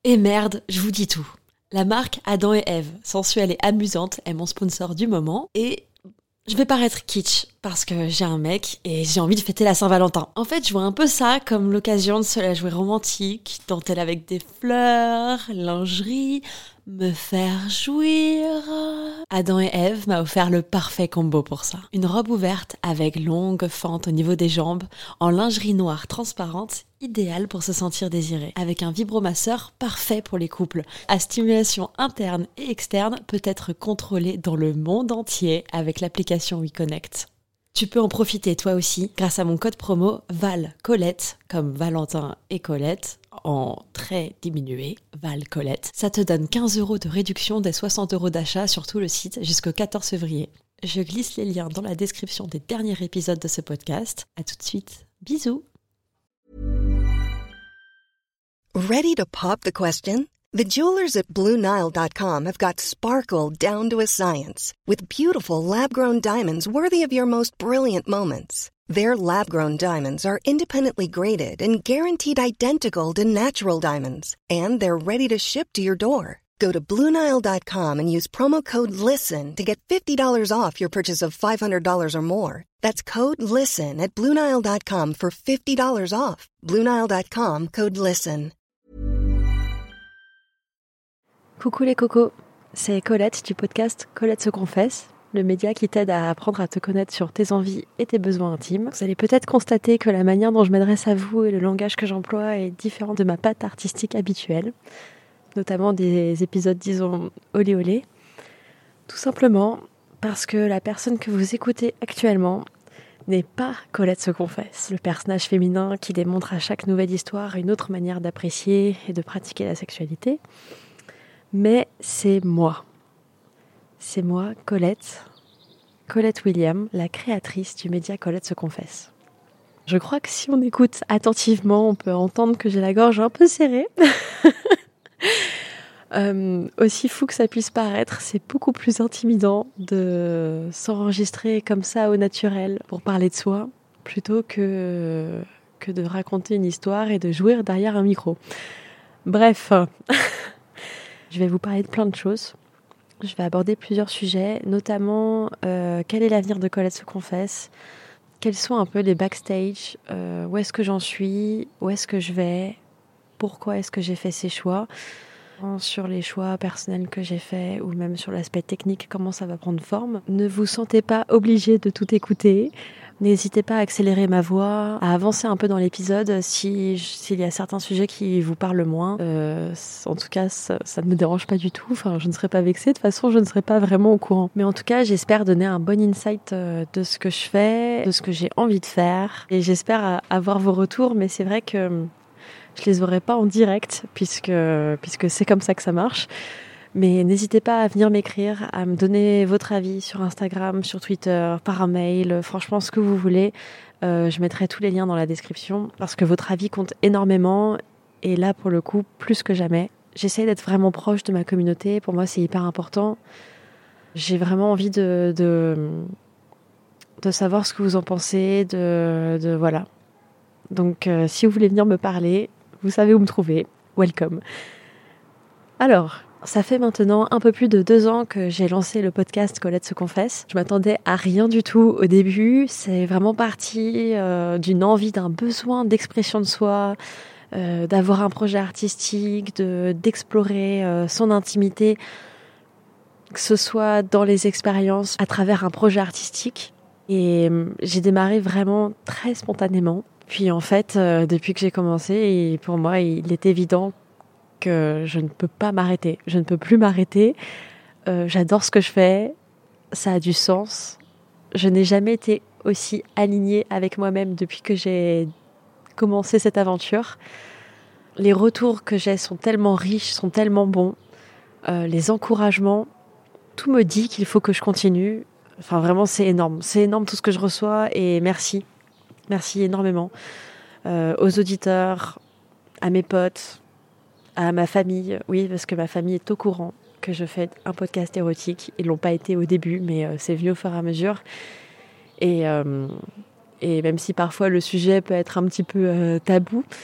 Et merde, je vous dis tout. La marque Adam et Ève, sensuelle et amusante, est mon sponsor du moment et je vais paraître kitsch parce que j'ai un mec et j'ai envie de fêter la Saint-Valentin. En fait, je vois un peu ça comme l'occasion de se la jouer romantique, dentelle avec des fleurs, lingerie, me faire jouir. Adam et Ève m'a offert le parfait combo pour ça. Une robe ouverte avec longue fente au niveau des jambes, en lingerie noire transparente, idéale pour se sentir désiré. Avec un vibromasseur parfait pour les couples. À stimulation interne et externe, peut être contrôlée dans le monde entier avec l'application WeConnect. Tu peux en profiter toi aussi grâce à mon code promo VALCOLETTE, comme Valentin et Colette, en très diminué, VALCOLETTE. Ça te donne 15 € de réduction des 60 € d'achat sur tout le site jusqu'au 14 février. Je glisse les liens dans la description des derniers épisodes de ce podcast. À tout de suite. Bisous. Ready to pop the question? The jewelers at BlueNile.com have got sparkle down to a science with beautiful lab-grown diamonds worthy of your most brilliant moments. Their lab-grown diamonds are independently graded and guaranteed identical to natural diamonds, and they're ready to ship to your door. Go to BlueNile.com and use promo code LISTEN to get $50 off your purchase of $500 or more. That's code LISTEN at BlueNile.com for $50 off. BlueNile.com, code LISTEN. Coucou les cocos, c'est Colette du podcast Colette se confesse, le média qui t'aide à apprendre à te connaître sur tes envies et tes besoins intimes. Vous allez peut-être constater que la manière dont je m'adresse à vous et le langage que j'emploie est différent de ma patte artistique habituelle, notamment des épisodes, disons, olé olé. Tout simplement parce que la personne que vous écoutez actuellement n'est pas Colette se confesse, le personnage féminin qui démontre à chaque nouvelle histoire une autre manière d'apprécier et de pratiquer la sexualité. Mais c'est moi. C'est moi, Colette William, la créatrice du média Colette se confesse. Je crois que si on écoute attentivement, on peut entendre que j'ai la gorge un peu serrée. Aussi fou que ça puisse paraître, c'est beaucoup plus intimidant de s'enregistrer comme ça au naturel pour parler de soi, plutôt que de raconter une histoire et de jouir derrière un micro. Bref... Je vais vous parler de plein de choses. Je vais aborder plusieurs sujets, notamment quel est l'avenir de Colette se confesse, quels sont un peu les backstage, où est-ce que j'en suis, où est-ce que je vais, pourquoi est-ce que j'ai fait ces choix, sur les choix personnels que j'ai faits ou même sur l'aspect technique, comment ça va prendre forme. Ne vous sentez pas obligé de tout écouter. N'hésitez pas à accélérer ma voix, à avancer un peu dans l'épisode s'il y a certains sujets qui vous parlent moins. En tout cas, ça ne me dérange pas du tout. Enfin, je ne serai pas vexée. De toute façon, je ne serai pas vraiment au courant. Mais en tout cas, j'espère donner un bon insight de ce que je fais, de ce que j'ai envie de faire. Et j'espère avoir vos retours. Mais c'est vrai que je les aurai pas en direct puisque c'est comme ça que ça marche. Mais n'hésitez pas à venir m'écrire, à me donner votre avis sur Instagram, sur Twitter, par mail, franchement ce que vous voulez. Je mettrai tous les liens dans la description parce que votre avis compte énormément et là pour le coup plus que jamais. J'essaie d'être vraiment proche de ma communauté, pour moi c'est hyper important. J'ai vraiment envie de savoir ce que vous en pensez, de voilà. Donc si vous voulez venir me parler, vous savez où me trouver. Welcome. Alors... Ça fait maintenant un peu plus de 2 ans que j'ai lancé le podcast Colette se confesse. Je m'attendais à rien du tout au début. C'est vraiment parti d'une envie, d'un besoin d'expression de soi, d'avoir un projet artistique, d'explorer son intimité, que ce soit dans les expériences, à travers un projet artistique. Et j'ai démarré vraiment très spontanément. Puis en fait, depuis que j'ai commencé, pour moi, il est évident que je ne peux pas m'arrêter. Je ne peux plus m'arrêter. J'adore ce que je fais. Ça a du sens. Je n'ai jamais été aussi alignée avec moi-même depuis que j'ai commencé cette aventure. Les retours que j'ai sont tellement riches, sont tellement bons. Les encouragements, tout me dit qu'il faut que je continue. Enfin, vraiment, c'est énorme. C'est énorme tout ce que je reçois et merci. Merci énormément. Aux auditeurs, à mes potes, à ma famille, oui, parce que ma famille est au courant que je fais un podcast érotique. Ils l'ont pas été au début, mais c'est venu au fur et à mesure. Et même si parfois le sujet peut être un petit peu tabou,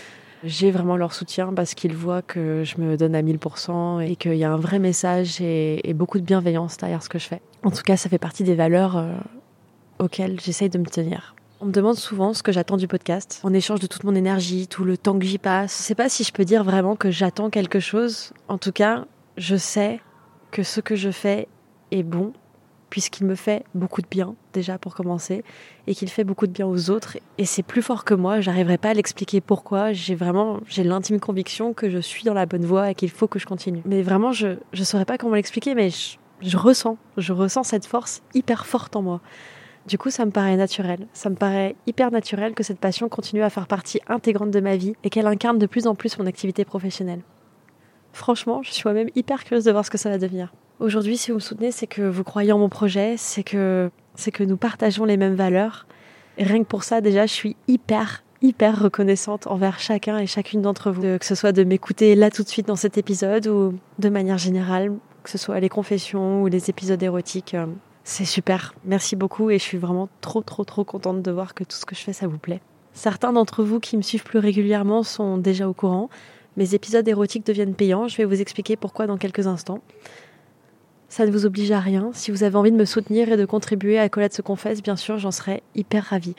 j'ai vraiment leur soutien parce qu'ils voient que je me donne à 1000% et qu'il y a un vrai message et beaucoup de bienveillance derrière ce que je fais. En tout cas, ça fait partie des valeurs auxquelles j'essaye de me tenir. On me demande souvent ce que j'attends du podcast, en échange de toute mon énergie, tout le temps que j'y passe. Je sais pas si je peux dire vraiment que j'attends quelque chose. En tout cas, je sais que ce que je fais est bon, puisqu'il me fait beaucoup de bien, déjà pour commencer, et qu'il fait beaucoup de bien aux autres. Et c'est plus fort que moi, j'arriverai pas à l'expliquer pourquoi. J'ai l'intime conviction que je suis dans la bonne voie et qu'il faut que je continue. Mais vraiment, je saurais pas comment l'expliquer, mais je ressens cette force hyper forte en moi. Du coup, ça me paraît naturel. Ça me paraît hyper naturel que cette passion continue à faire partie intégrante de ma vie et qu'elle incarne de plus en plus mon activité professionnelle. Franchement, je suis moi-même hyper curieuse de voir ce que ça va devenir. Aujourd'hui, si vous me soutenez, c'est que vous croyez en mon projet, c'est que nous partageons les mêmes valeurs. Et rien que pour ça, déjà, je suis hyper reconnaissante envers chacun et chacune d'entre vous. Que ce soit de m'écouter là tout de suite dans cet épisode ou de manière générale, que ce soit les confessions ou les épisodes érotiques. C'est super, merci beaucoup et je suis vraiment trop contente de voir que tout ce que je fais, ça vous plaît. Certains d'entre vous qui me suivent plus régulièrement sont déjà au courant. Mes épisodes érotiques deviennent payants, je vais vous expliquer pourquoi dans quelques instants. Ça ne vous oblige à rien. Si vous avez envie de me soutenir et de contribuer à Colette se confesse, bien sûr, j'en serais hyper ravie.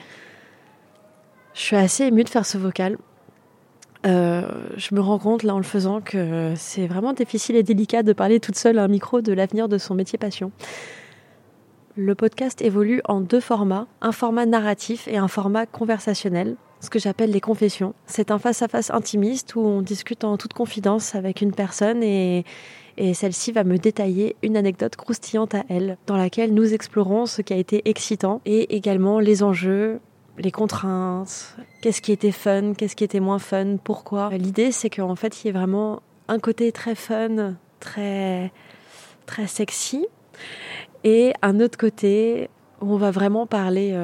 Je suis assez émue de faire ce vocal. Je me rends compte là en le faisant que c'est vraiment difficile et délicat de parler toute seule à un micro de l'avenir de son métier passion. Le podcast évolue en 2 formats, un format narratif et un format conversationnel, ce que j'appelle les confessions. C'est un face-à-face intimiste où on discute en toute confidence avec une personne et celle-ci va me détailler une anecdote croustillante à elle, dans laquelle nous explorons ce qui a été excitant et également les enjeux, les contraintes, qu'est-ce qui était fun, qu'est-ce qui était moins fun, pourquoi. L'idée, c'est qu'en fait, il y ait vraiment un côté très fun, très sexy, et un autre côté où on va vraiment parler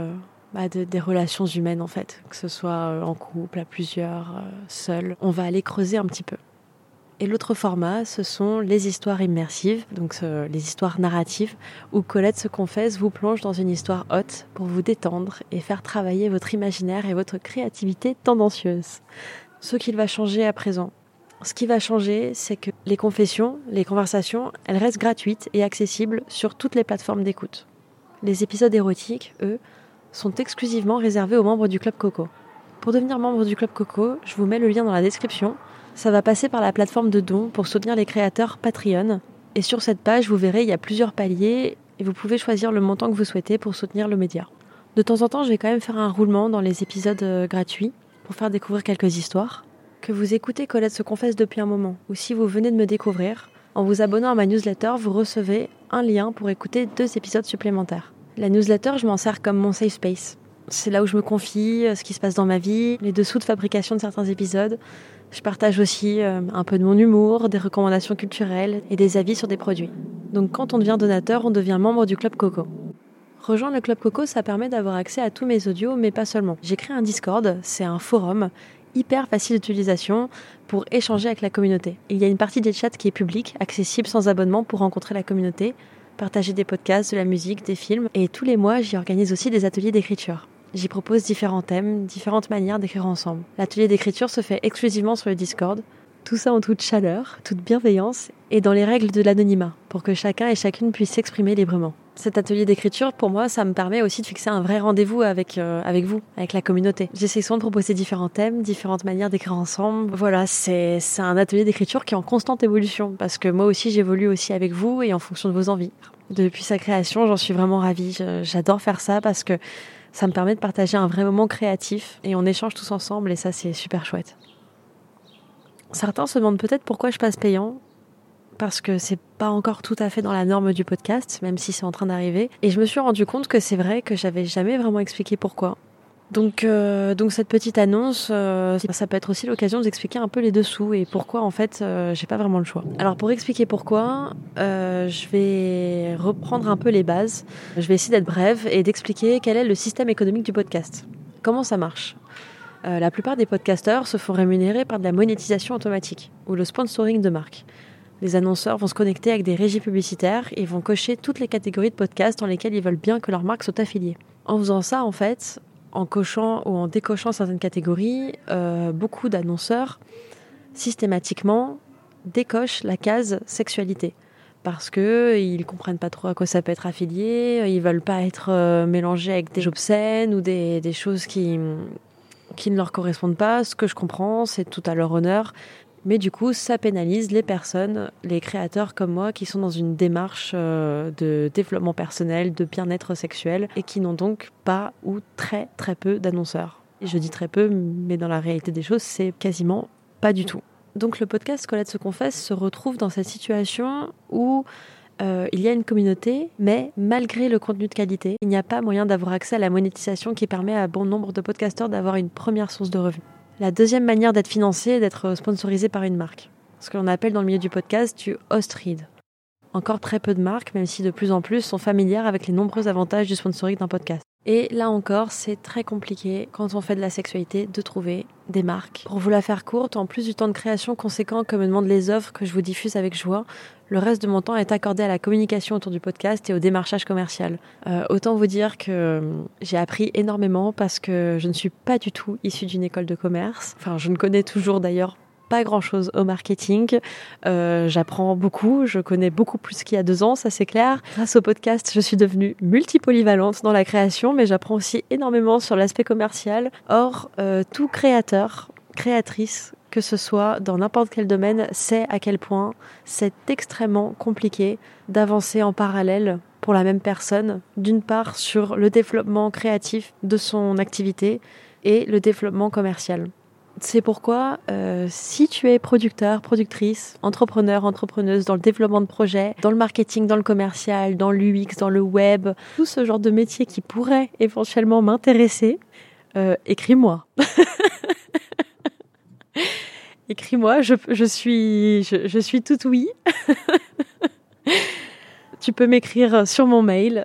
des relations humaines en fait, que ce soit en couple, à plusieurs, seul. On va aller creuser un petit peu. Et l'autre format, ce sont les histoires immersives, donc les histoires narratives, où Colette se confesse vous plonge dans une histoire haute pour vous détendre et faire travailler votre imaginaire et votre créativité tendancieuse. Ce qu'il va changer à présent. Ce qui va changer, c'est que les confessions, les conversations, elles restent gratuites et accessibles sur toutes les plateformes d'écoute. Les épisodes érotiques, eux, sont exclusivement réservés aux membres du Club Coco. Pour devenir membre du Club Coco, je vous mets le lien dans la description. Ça va passer par la plateforme de dons pour soutenir les créateurs Patreon. Et sur cette page, vous verrez, il y a plusieurs paliers et vous pouvez choisir le montant que vous souhaitez pour soutenir le média. De temps en temps, je vais quand même faire un roulement dans les épisodes gratuits pour faire découvrir quelques histoires. Que vous écoutez Colette se confesse depuis un moment, ou si vous venez de me découvrir, en vous abonnant à ma newsletter, vous recevez un lien pour écouter 2 épisodes supplémentaires. La newsletter, je m'en sers comme mon safe space. C'est là où je me confie, ce qui se passe dans ma vie, les dessous de fabrication de certains épisodes. Je partage aussi un peu de mon humour, des recommandations culturelles et des avis sur des produits. Donc quand on devient donateur, on devient membre du Club Coco. Rejoindre le Club Coco, ça permet d'avoir accès à tous mes audios, mais pas seulement. J'ai créé un Discord, c'est un forum hyper facile d'utilisation pour échanger avec la communauté. Il y a une partie des chats qui est publique, accessible sans abonnement pour rencontrer la communauté, partager des podcasts, de la musique, des films. Et tous les mois, j'y organise aussi des ateliers d'écriture. J'y propose différents thèmes, différentes manières d'écrire ensemble. L'atelier d'écriture se fait exclusivement sur le Discord. Tout ça en toute chaleur, toute bienveillance et dans les règles de l'anonymat, pour que chacun et chacune puisse s'exprimer librement. Cet atelier d'écriture, pour moi, ça me permet aussi de fixer un vrai rendez-vous avec vous, avec la communauté. J'essaie souvent de proposer différents thèmes, différentes manières d'écrire ensemble. Voilà, c'est un atelier d'écriture qui est en constante évolution, parce que moi aussi, j'évolue aussi avec vous et en fonction de vos envies. Depuis sa création, j'en suis vraiment ravie. J'adore faire ça parce que ça me permet de partager un vrai moment créatif et on échange tous ensemble et ça, c'est super chouette. Certains se demandent peut-être pourquoi je passe payant, parce que c'est pas encore tout à fait dans la norme du podcast, même si c'est en train d'arriver. Et je me suis rendu compte que c'est vrai que j'avais jamais vraiment expliqué pourquoi. Donc cette petite annonce, ça peut être aussi l'occasion d'expliquer un peu les dessous et pourquoi en fait j'ai pas vraiment le choix. Alors pour expliquer pourquoi, je vais reprendre un peu les bases. Je vais essayer d'être brève et d'expliquer quel est le système économique du podcast. Comment ça marche ? La plupart des podcasteurs se font rémunérer par de la monétisation automatique ou le sponsoring de marque. Les annonceurs vont se connecter avec des régies publicitaires et vont cocher toutes les catégories de podcasts dans lesquelles ils veulent bien que leur marque soit affiliée. En faisant ça, en fait, en cochant ou en décochant certaines catégories, beaucoup d'annonceurs, systématiquement, décochent la case sexualité. Parce qu'ils ne comprennent pas trop à quoi ça peut être affilié, ils ne veulent pas être mélangés avec des obscènes ou des choses qui ne leur correspondent pas. Ce que je comprends, c'est tout à leur honneur. Mais du coup, ça pénalise les personnes, les créateurs comme moi, qui sont dans une démarche de développement personnel, de bien-être sexuel, et qui n'ont donc pas ou très très peu d'annonceurs. Et je dis très peu, mais dans la réalité des choses, c'est quasiment pas du tout. Donc le podcast Colette se confesse se retrouve dans cette situation où il y a une communauté, mais malgré le contenu de qualité, il n'y a pas moyen d'avoir accès à la monétisation qui permet à bon nombre de podcasteurs d'avoir une première source de revenus. La deuxième manière d'être financé est d'être sponsorisé par une marque. Ce que l'on appelle dans le milieu du podcast du host read. Encore très peu de marques, même si de plus en plus sont familières avec les nombreux avantages du sponsoring d'un podcast. Et là encore, c'est très compliqué quand on fait de la sexualité de trouver des marques. Pour vous la faire courte, en plus du temps de création conséquent que me demandent les offres que je vous diffuse avec joie, le reste de mon temps est accordé à la communication autour du podcast et au démarchage commercial. Autant vous dire que j'ai appris énormément parce que je ne suis pas du tout issue d'une école de commerce. Enfin, je ne connais toujours d'ailleurs pas grand-chose au marketing. J'apprends beaucoup, je connais beaucoup plus qu'il y a 2 ans, ça c'est clair. Grâce au podcast, je suis devenue multipolyvalente dans la création, mais j'apprends aussi énormément sur l'aspect commercial. Or, tout créateur, créatrice, que ce soit dans n'importe quel domaine, sait à quel point c'est extrêmement compliqué d'avancer en parallèle pour la même personne, d'une part sur le développement créatif de son activité et le développement commercial. C'est pourquoi, si tu es producteur, productrice, entrepreneur, entrepreneuse dans le développement de projets, dans le marketing, dans le commercial, dans l'UX, dans le web, tout ce genre de métier qui pourrait éventuellement m'intéresser, écris-moi. Écris-moi, je suis toute oui. Tu peux m'écrire sur mon mail,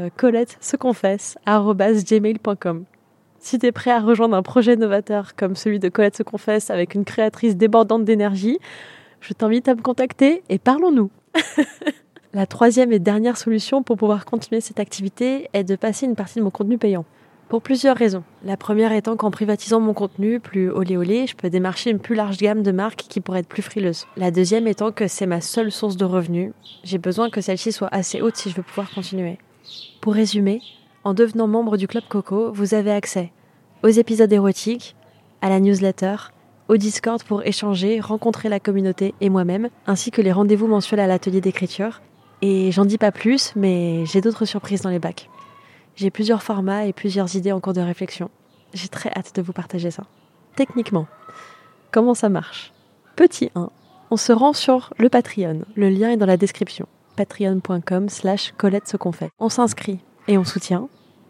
coletteseconfesse@gmail.com. Si tu es prêt à rejoindre un projet novateur comme celui de Colette se confesse avec une créatrice débordante d'énergie, je t'invite à me contacter et parlons-nous. La troisième et dernière solution pour pouvoir continuer cette activité est de passer une partie de mon contenu payant. Pour plusieurs raisons. La première étant qu'en privatisant mon contenu plus olé olé, je peux démarcher une plus large gamme de marques qui pourraient être plus frileuses. La deuxième étant que c'est ma seule source de revenus. J'ai besoin que celle-ci soit assez haute si je veux pouvoir continuer. Pour résumer, en devenant membre du Club Coco, vous avez accès aux épisodes érotiques, à la newsletter, au Discord pour échanger, rencontrer la communauté et moi-même, ainsi que les rendez-vous mensuels à l'atelier d'écriture. Et j'en dis pas plus, mais j'ai d'autres surprises dans les bacs. J'ai plusieurs formats et plusieurs idées en cours de réflexion. J'ai très hâte de vous partager ça. Techniquement, comment ça marche ? Petit 1, on se rend sur le Patreon. Le lien est dans la description. patreon.com/Colette se confesse. On s'inscrit et on soutient.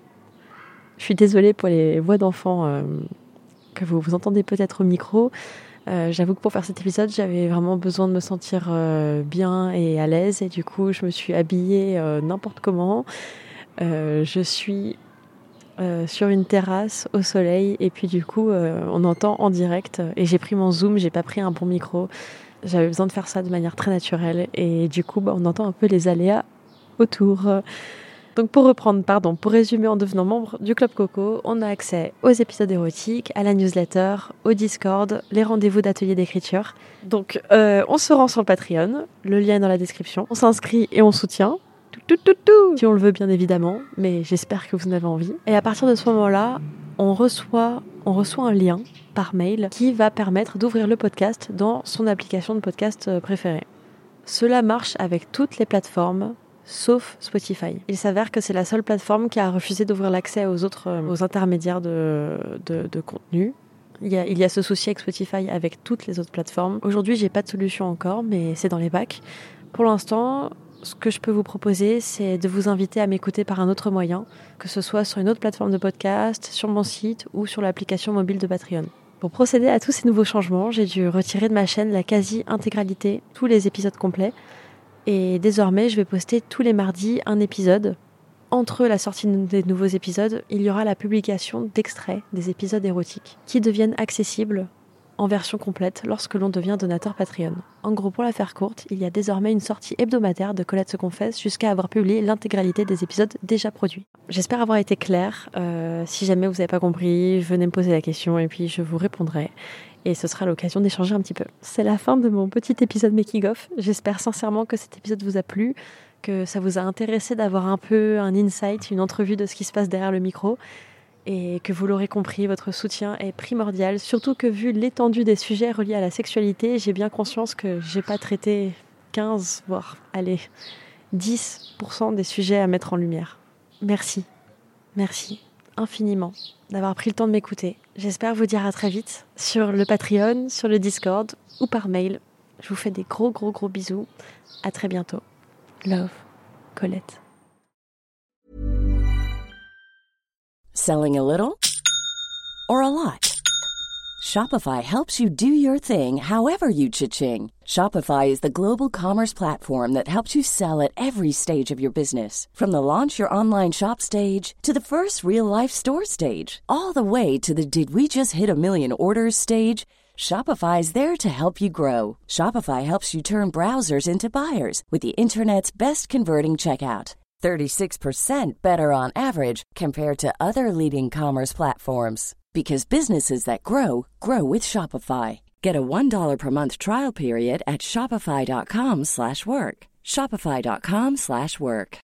Je suis désolée pour les voix d'enfants que vous entendez peut-être au micro. J'avoue que pour faire cet épisode, j'avais vraiment besoin de me sentir bien et à l'aise. Et du coup, je me suis habillée n'importe comment. Je suis sur une terrasse au soleil. Et puis du coup, on entend en direct. Et j'ai pris mon Zoom, j'ai pas pris un bon micro. J'avais besoin de faire ça de manière très naturelle. Et du coup, on entend un peu les aléas autour. Donc pour résumer, en devenant membre du Club Coco, on a accès aux épisodes érotiques, à la newsletter, au Discord, les rendez-vous d'atelier d'écriture. Donc on se rend sur le Patreon, le lien est dans la description. On s'inscrit et on soutient. Si on le veut bien évidemment, mais j'espère que vous en avez envie. Et à partir de ce moment-là, on reçoit un lien par mail qui va permettre d'ouvrir le podcast dans son application de podcast préférée. Cela marche avec toutes les plateformes sauf Spotify. Il s'avère que c'est la seule plateforme qui a refusé d'ouvrir l'accès aux intermédiaires de contenu. Il y a ce souci avec Spotify avec toutes les autres plateformes. Aujourd'hui, j'ai pas de solution encore, mais c'est dans les bacs. Pour l'instant, ce que je peux vous proposer, c'est de vous inviter à m'écouter par un autre moyen, que ce soit sur une autre plateforme de podcast, sur mon site ou sur l'application mobile de Patreon. Pour procéder à tous ces nouveaux changements, j'ai dû retirer de ma chaîne la quasi-intégralité, tous les épisodes complets. Et désormais, je vais poster tous les mardis un épisode. Entre la sortie des nouveaux épisodes, il y aura la publication d'extraits des épisodes érotiques qui deviennent accessibles en version complète lorsque l'on devient donateur Patreon. En gros, pour la faire courte, il y a désormais une sortie hebdomadaire de Colette se confesse jusqu'à avoir publié l'intégralité des épisodes déjà produits. J'espère avoir été claire. Si jamais vous n'avez pas compris, venez me poser la question et puis je vous répondrai. Et ce sera l'occasion d'échanger un petit peu. C'est la fin de mon petit épisode making of. J'espère sincèrement que cet épisode vous a plu, que ça vous a intéressé d'avoir un peu un insight, une entrevue de ce qui se passe derrière le micro. Et que vous l'aurez compris, votre soutien est primordial, surtout que vu l'étendue des sujets reliés à la sexualité, j'ai bien conscience que j'ai pas traité 15, voire 10% des sujets à mettre en lumière. Merci infiniment d'avoir pris le temps de m'écouter. J'espère vous dire à très vite sur le Patreon, sur le Discord ou par mail. Je vous fais des gros bisous. À très bientôt. Love, Colette. Selling a little or a lot? Shopify helps you do your thing however you cha-ching. Shopify is the global commerce platform that helps you sell at every stage of your business. From the launch your online shop stage to the first real-life store stage, all the way to the did we just hit a million orders stage. Shopify is there to help you grow. Shopify helps you turn browsers into buyers with the internet's best converting checkout. 36% better on average compared to other leading commerce platforms. Because businesses that grow, grow with Shopify. Get a $1 per month trial period at shopify.com/work. Shopify.com/work.